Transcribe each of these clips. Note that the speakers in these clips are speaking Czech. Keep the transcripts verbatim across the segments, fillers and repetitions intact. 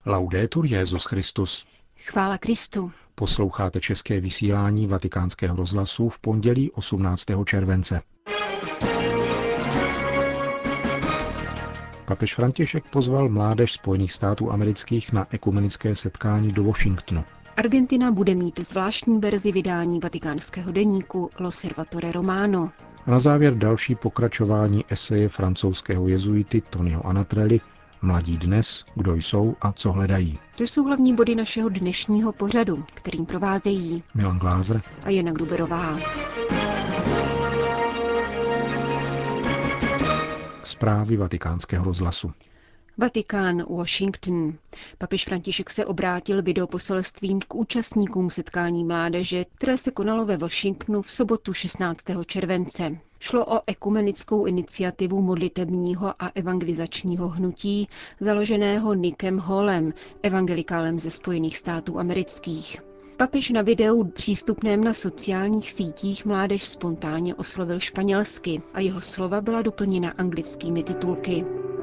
Laudetur Jesus Christus. Chvála Kristu. Posloucháte české vysílání Vatikánského rozhlasu v pondělí osmnáctého července. Papež František pozval mládež Spojených států amerických na ekumenické setkání do Washingtonu. Argentina bude mít zvláštní verzi vydání vatikánského deníku L'Osservatore Romano. A na závěr další pokračování eseje francouzského jezuity Tonyho Anatrelli Mladí dnes, kdo jsou a co hledají. To jsou hlavní body našeho dnešního pořadu, kterým provázejí Milan Glázer a Jana Gruberová. Zprávy Vatikánského rozhlasu. Vatikán, Washington. Papež František se obrátil videoposelstvím k účastníkům setkání mládeže, které se konalo ve Washingtonu v sobotu šestnáctého července. Šlo o ekumenickou iniciativu modlitebního a evangelizačního hnutí, založeného Nickem Hallem, evangelikálem ze Spojených států amerických. Papež na videu přístupném na sociálních sítích mládež spontánně oslovil španělsky a jeho slova byla doplněna anglickými titulky.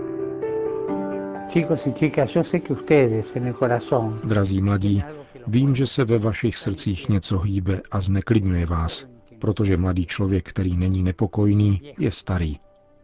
Drazí mladí, vím, že se ve vašich srdcích něco hýbe a zneklidňuje vás, protože mladý člověk, který není nepokojný, je starý.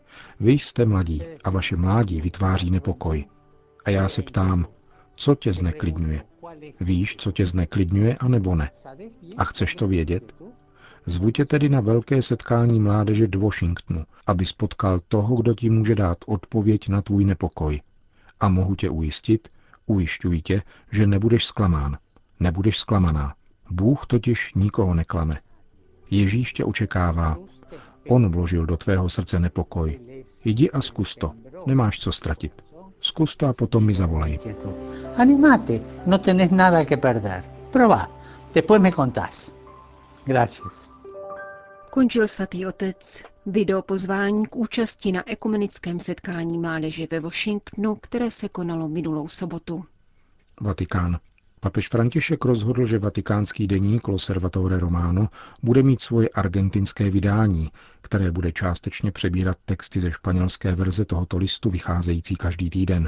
Vy jste mladí a vaše mládí vytváří nepokoj. A já se ptám, co tě zneklidňuje? Víš, co tě zneklidňuje, anebo ne? A chceš to vědět? Zvu tě tedy na velké setkání mládeže do Washingtonu, aby spotkal toho, kdo ti může dát odpověď na tvůj nepokoj. A mohu tě ujistit, ujišťuji tě, že nebudeš zklamán. Nebudeš zklamaná. Bůh totiž nikoho neklame. Ježíš tě očekává. On vložil do tvého srdce nepokoj. Jdi a zkus to. Nemáš co ztratit. Zkus to a potom mi zavolej. Animate, no tenés nada que perder. Probá. Después me contás. Gracias. Končil svatý otec video pozvání k účasti na ekumenickém setkání mládeže ve Washingtonu, které se konalo minulou sobotu. Vatikán. Papež František rozhodl, že vatikánský deník L'Osservatore Romano bude mít svoje argentinské vydání, které bude částečně přebírat texty ze španělské verze tohoto listu vycházející každý týden.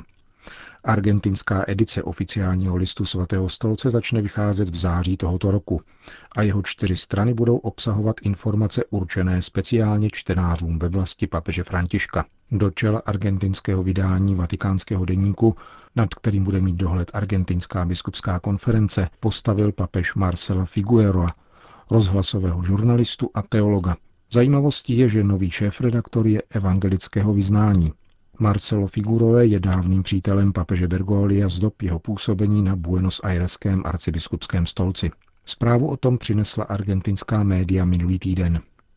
Argentinská edice oficiálního listu svatého stolce začne vycházet v září tohoto roku a jeho čtyři strany budou obsahovat informace určené speciálně čtenářům ve vlasti papeže Františka. Do čela argentinského vydání vatikánského deníku, nad kterým bude mít dohled Argentinská biskupská konference, postavil papež Marcela Figueroa, rozhlasového žurnalistu a teologa. Zajímavostí je, že nový šéfredaktor je evangelického vyznání. Marcelo Figueroa je dávným přítelem papeže Bergoglio z dob jeho působení na Buenos Aireském arcibiskupském stolci. Zprávu o tom přinesla argentinská média minulý týden.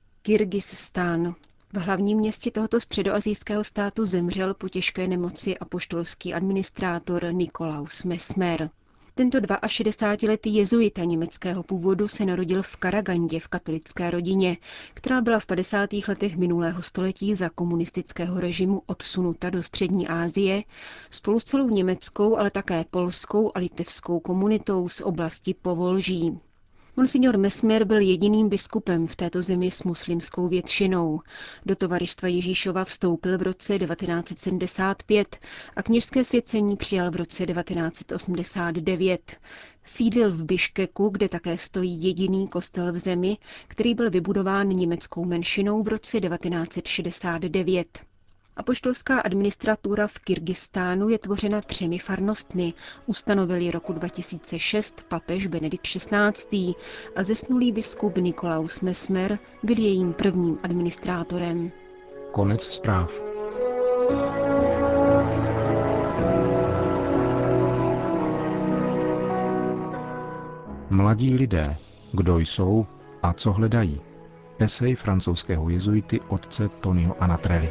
Kyrgyzstán. V hlavním městě tohoto středoasijského státu zemřel po těžké nemoci apoštolský administrátor Nikolaus Mesmer. Tento šedesátiletý jezuita německého původu se narodil v Karagandě v katolické rodině, která byla v padesátých letech minulého století za komunistického režimu odsunuta do střední Asie spolu s celou německou, ale také polskou a litevskou komunitou z oblasti Povolží. Monsignor Mesmer byl jediným biskupem v této zemi s muslimskou většinou. Do Tovaristva Ježíšova vstoupil v roce devatenáct set sedmdesát pět a kněžské svěcení přijal v roce devatenáct set osmdesát devět. Sídlil v Biškeku, kde také stojí jediný kostel v zemi, který byl vybudován německou menšinou v roce devatenáct set šedesát devět. Apoštolská administratura v Kyrgyzstánu je tvořena třemi farnostmi, ustanovili roku dva tisíce šest papež Benedikt šestnáctý a zesnulý biskup Nikolaus Mesmer byl jejím prvním administrátorem. Konec zpráv. Mladí lidé, kdo jsou a co hledají. Esej francouzského jezuity otce Tonyho Anatrelli.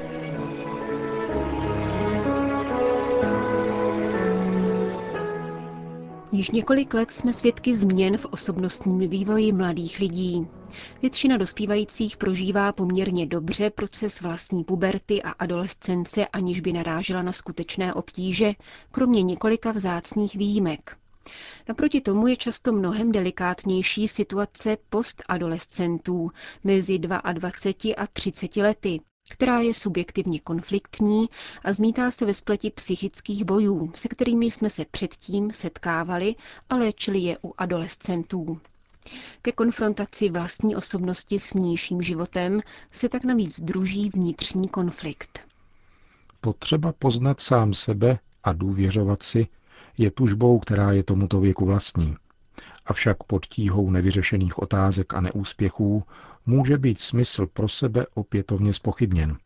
Již několik let jsme svědky změn v osobnostním vývoji mladých lidí. Většina dospívajících prožívá poměrně dobře proces vlastní puberty a adolescence, aniž by narážela na skutečné obtíže, kromě několika vzácných výjimek. Naproti tomu je často mnohem delikátnější situace postadolescentů mezi dvaceti dvěma a třiceti lety, která je subjektivně konfliktní a zmítá se ve spleti psychických bojů, se kterými jsme se předtím setkávali a léčili je u adolescentů. Ke konfrontaci vlastní osobnosti s vnějším životem se tak navíc druží vnitřní konflikt. Potřeba poznat sám sebe a důvěřovat si je tužbou, která je tomuto věku vlastní. Avšak pod tíhou nevyřešených otázek a neúspěchů může být smysl pro sebe opětovně zpochybněn.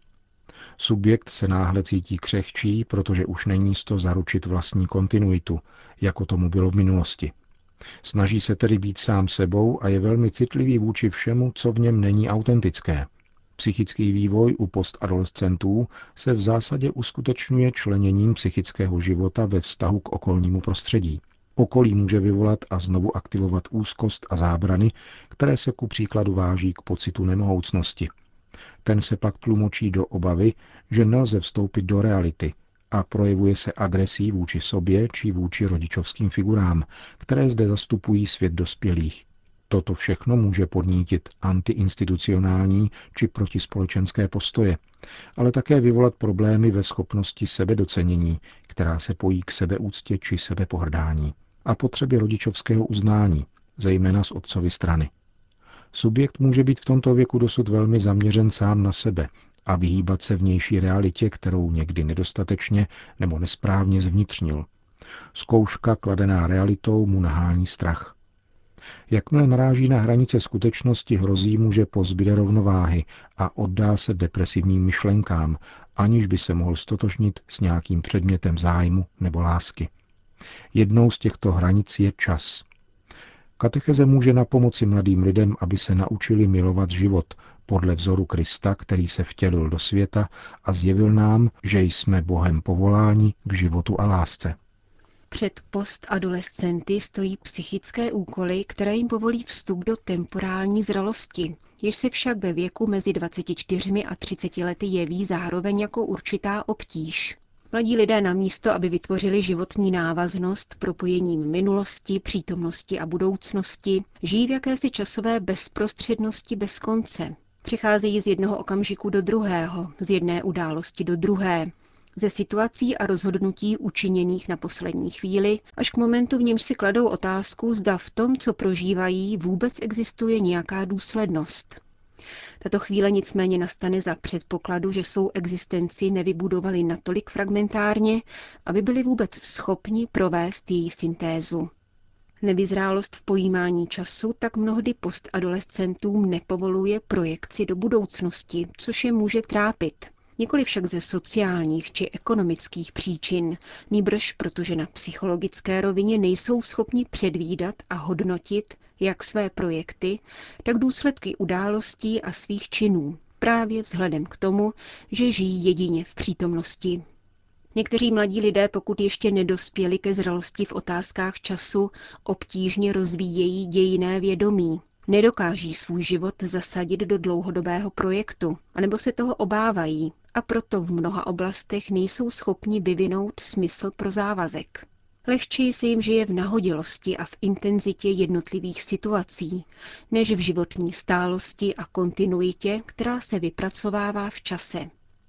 Subjekt se náhle cítí křehčí, protože už není sto zaručit vlastní kontinuitu, jako tomu bylo v minulosti. Snaží se tedy být sám sebou a je velmi citlivý vůči všemu, co v něm není autentické. Psychický vývoj u postadolescentů se v zásadě uskutečňuje členěním psychického života ve vztahu k okolnímu prostředí. Okolí může vyvolat a znovu aktivovat úzkost a zábrany, které se ku příkladu váží k pocitu nemohoucnosti. Ten se pak tlumočí do obavy, že nelze vstoupit do reality a projevuje se agresí vůči sobě či vůči rodičovským figurám, které zde zastupují svět dospělých. Toto všechno může podnítit antiinstitucionální či protispolečenské postoje, ale také vyvolat problémy ve schopnosti sebedocenění, která se pojí k sebeúctě či sebepohrdání a potřebě rodičovského uznání, zejména z otcovy strany. Subjekt může být v tomto věku dosud velmi zaměřen sám na sebe a vyhýbat se vnější realitě, kterou někdy nedostatečně nebo nesprávně zvnitřnil. Zkouška kladená realitou mu nahání strach. Jakmile naráží na hranice skutečnosti, hrozí mu, že pozbyde rovnováhy a oddá se depresivním myšlenkám, aniž by se mohl stotožnit s nějakým předmětem zájmu nebo lásky. Jednou z těchto hranic je čas. Katecheze může napomoci mladým lidem, aby se naučili milovat život podle vzoru Krista, který se vtělil do světa a zjevil nám, že jsme Bohem povoláni k životu a lásce. Před postadolescenty stojí psychické úkoly, které jim povolí vstup do temporální zralosti, jež se však ve věku mezi dvaceti čtyřmi a třiceti lety jeví zároveň jako určitá obtíž. Mladí lidé namísto, aby vytvořili životní návaznost propojením minulosti, přítomnosti a budoucnosti, žijí v jakési časové bezprostřednosti bez konce. Přicházejí z jednoho okamžiku do druhého, z jedné události do druhé, ze situací a rozhodnutí učiněných na poslední chvíli, až k momentu, v němž si kladou otázku, zda v tom, co prožívají, vůbec existuje nějaká důslednost. Tato chvíle nicméně nastane za předpokladu, že svou existenci nevybudovali natolik fragmentárně, aby byli vůbec schopni provést její syntézu. Nevyzrálost v pojímání času tak mnohdy postadolescentům nepovoluje projekci do budoucnosti, což je může trápit. Nikoli však ze sociálních či ekonomických příčin, nýbrž protože na psychologické rovině nejsou schopni předvídat a hodnotit jak své projekty, tak důsledky událostí a svých činů, právě vzhledem k tomu, že žijí jedině v přítomnosti. Někteří mladí lidé, pokud ještě nedospěli ke zralosti v otázkách času, obtížně rozvíjejí dějinné vědomí. Nedokáží svůj život zasadit do dlouhodobého projektu, anebo se toho obávají a proto v mnoha oblastech nejsou schopni vyvinout smysl pro závazek. Lehčeji se jim žije v nahodilosti a v intenzitě jednotlivých situací, než v životní stálosti a kontinuitě, která se vypracovává v čase.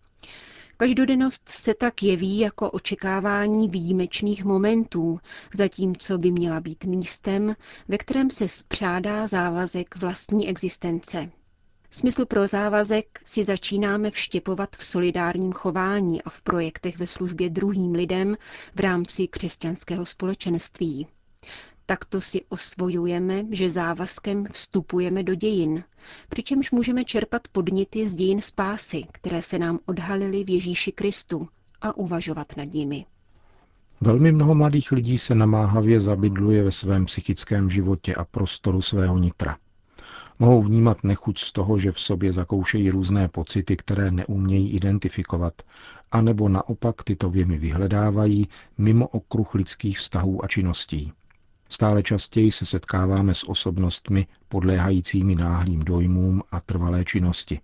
Každodennost se tak jeví jako očekávání výjimečných momentů, zatímco by měla být místem, ve kterém se spřádá závazek vlastní existence. Smysl pro závazek si začínáme vštěpovat v solidárním chování a v projektech ve službě druhým lidem v rámci křesťanského společenství. Takto si osvojujeme, že závazkem vstupujeme do dějin, přičemž můžeme čerpat podněty z dějin spásy, které se nám odhalily v Ježíši Kristu, a uvažovat nad nimi. Velmi mnoho mladých lidí se namáhavě zabydluje ve svém psychickém životě a prostoru svého nitra. Mohou vnímat nechuť z toho, že v sobě zakoušejí různé pocity, které neumějí identifikovat, anebo naopak tyto věmy vyhledávají mimo okruh lidských vztahů a činností. Stále častěji se setkáváme s osobnostmi podléhajícími náhlým dojmům a trvalé činnosti.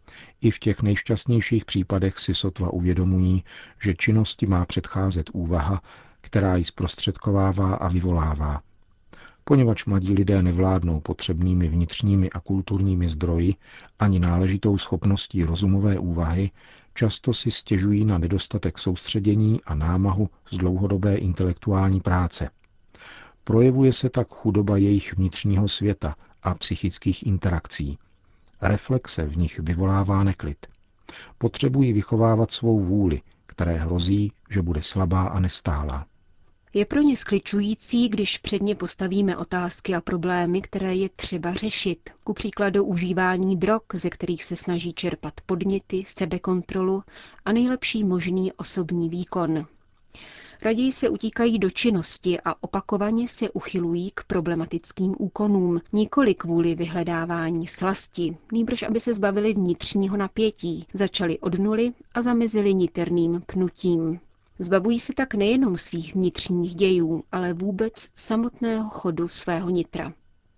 I v těch nejšťastnějších případech si sotva uvědomují, že činnosti má předcházet úvaha, která ji zprostředkovává a vyvolává. Poněvadž mladí lidé nevládnou potřebnými vnitřními a kulturními zdroji ani náležitou schopností rozumové úvahy, často si stěžují na nedostatek soustředění a námahu z dlouhodobé intelektuální práce. Projevuje se tak chudoba jejich vnitřního světa a psychických interakcí. Reflexe v nich vyvolává neklid. Potřebují vychovávat svou vůli, které hrozí, že bude slabá a nestálá. Je pro ně skličující, když před ně postavíme otázky a problémy, které je třeba řešit, ku příkladu užívání drog, ze kterých se snaží čerpat podněty, sebekontrolu a nejlepší možný osobní výkon. Raději se utíkají do činnosti a opakovaně se uchylují k problematickým úkonům, nikoli kvůli vyhledávání slasti, nýbrž aby se zbavili vnitřního napětí, začali od nuly a zamezili niterným pnutím. Zbavují se tak nejenom svých vnitřních dějů, ale vůbec samotného chodu svého nitra.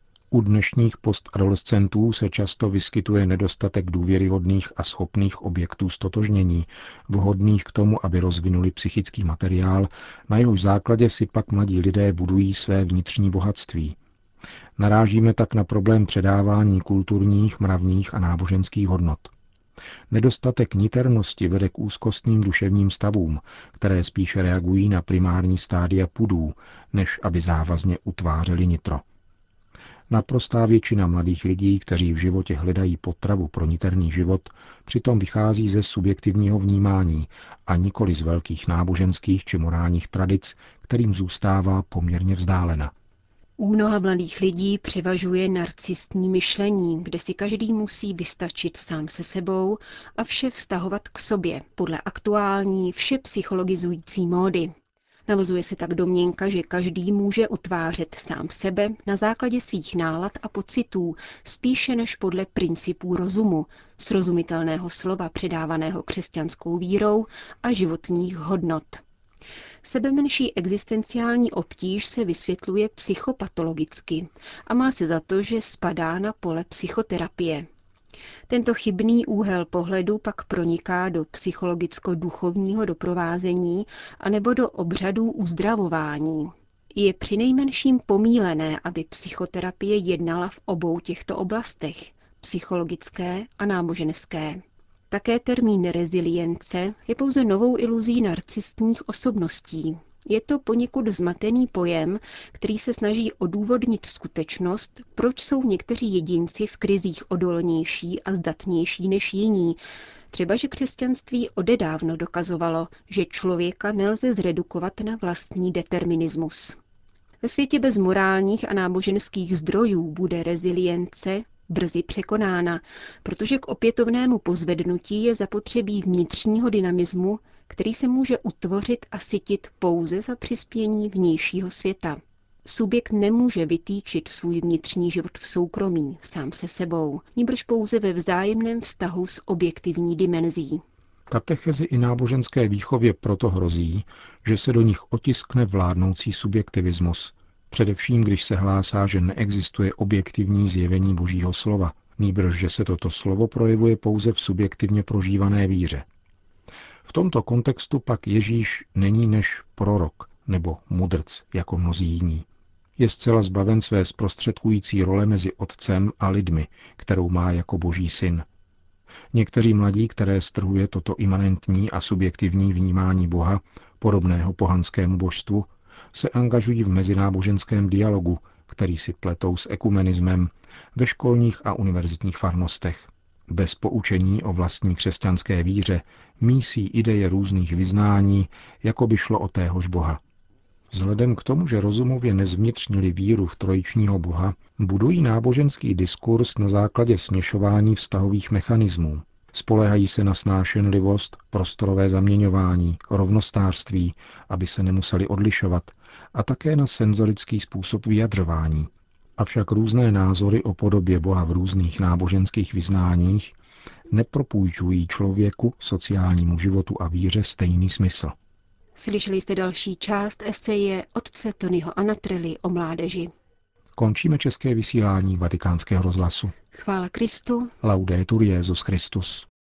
U dnešních postadolescentů se často vyskytuje nedostatek důvěryhodných a schopných objektů ztotožnění, vhodných k tomu, aby rozvinuli psychický materiál, na jehož základě si pak mladí lidé budují své vnitřní bohatství. Narážíme tak na problém předávání kulturních, mravních a náboženských hodnot. Nedostatek niternosti vede k úzkostným duševním stavům, které spíše reagují na primární stádia pudů, než aby závazně utvářely nitro. Naprostá většina mladých lidí, kteří v životě hledají potravu pro niterný život, přitom vychází ze subjektivního vnímání a nikoli z velkých náboženských či morálních tradic, kterým zůstává poměrně vzdálena. U mnoha mladých lidí převažuje narcistní myšlení, kde si každý musí vystačit sám se sebou a vše vztahovat k sobě podle aktuální, vše psychologizující módy. Navozuje se tak domněnka, že každý může utvářet sám sebe na základě svých nálad a pocitů, spíše než podle principů rozumu, srozumitelného slova předávaného křesťanskou vírou a životních hodnot. Sebemenší existenciální obtíž se vysvětluje psychopatologicky a má se za to, že spadá na pole psychoterapie. Tento chybný úhel pohledu pak proniká do psychologicko-duchovního doprovázení anebo do obřadů uzdravování. Je přinejmenším pomílené, aby psychoterapie jednala v obou těchto oblastech, psychologické a náboženské. Také termín rezilience je pouze novou iluzí narcistních osobností. Je to poněkud zmatený pojem, který se snaží odůvodnit skutečnost, proč jsou někteří jedinci v krizích odolnější a zdatnější než jiní. Třeba, že křesťanství odedávno dokazovalo, že člověka nelze zredukovat na vlastní determinismus. Ve světě bez morálních a náboženských zdrojů bude rezilience brzy překonána, protože k opětovnému pozvednutí je zapotřebí vnitřního dynamismu, který se může utvořit a sytit pouze za přispění vnějšího světa. Subjekt nemůže vytýčit svůj vnitřní život v soukromí, sám se sebou, nýbrž pouze ve vzájemném vztahu s objektivní dimenzí. Katechezi i náboženské výchově proto hrozí, že se do nich otiskne vládnoucí subjektivismus, především když se hlásá, že neexistuje objektivní zjevení Božího slova, nýbrž že se toto slovo projevuje pouze v subjektivně prožívané víře. V tomto kontextu pak Ježíš není než prorok nebo mudrc, jako mnozí jiní. Je zcela zbaven své zprostředkující role mezi otcem a lidmi, kterou má jako Boží syn. Někteří mladí, které strhuje toto imanentní a subjektivní vnímání Boha, podobného pohanskému božstvu, se angažují v mezináboženském dialogu, který si pletou s ekumenismem ve školních a univerzitních farnostech. Bez poučení o vlastní křesťanské víře mísí ideje různých vyznání, jako by šlo o téhož Boha. Vzhledem k tomu, že rozumově nezvnitřnili víru v trojičního Boha, budují náboženský diskurs na základě směšování vztahových mechanismů. Spoléhají se na snášenlivost, prostorové zaměňování, rovnostářství, aby se nemuseli odlišovat, a také na senzorický způsob vyjadřování. Avšak různé názory o podobě Boha v různých náboženských vyznáních nepropůjčují člověku, sociálnímu životu a víře stejný smysl. Slyšeli jste další část eseje otce Tonyho Anatrelli o mládeži. Končíme české vysílání Vatikánského rozhlasu. Chvála Kristu. Laudetur Jesus Christus.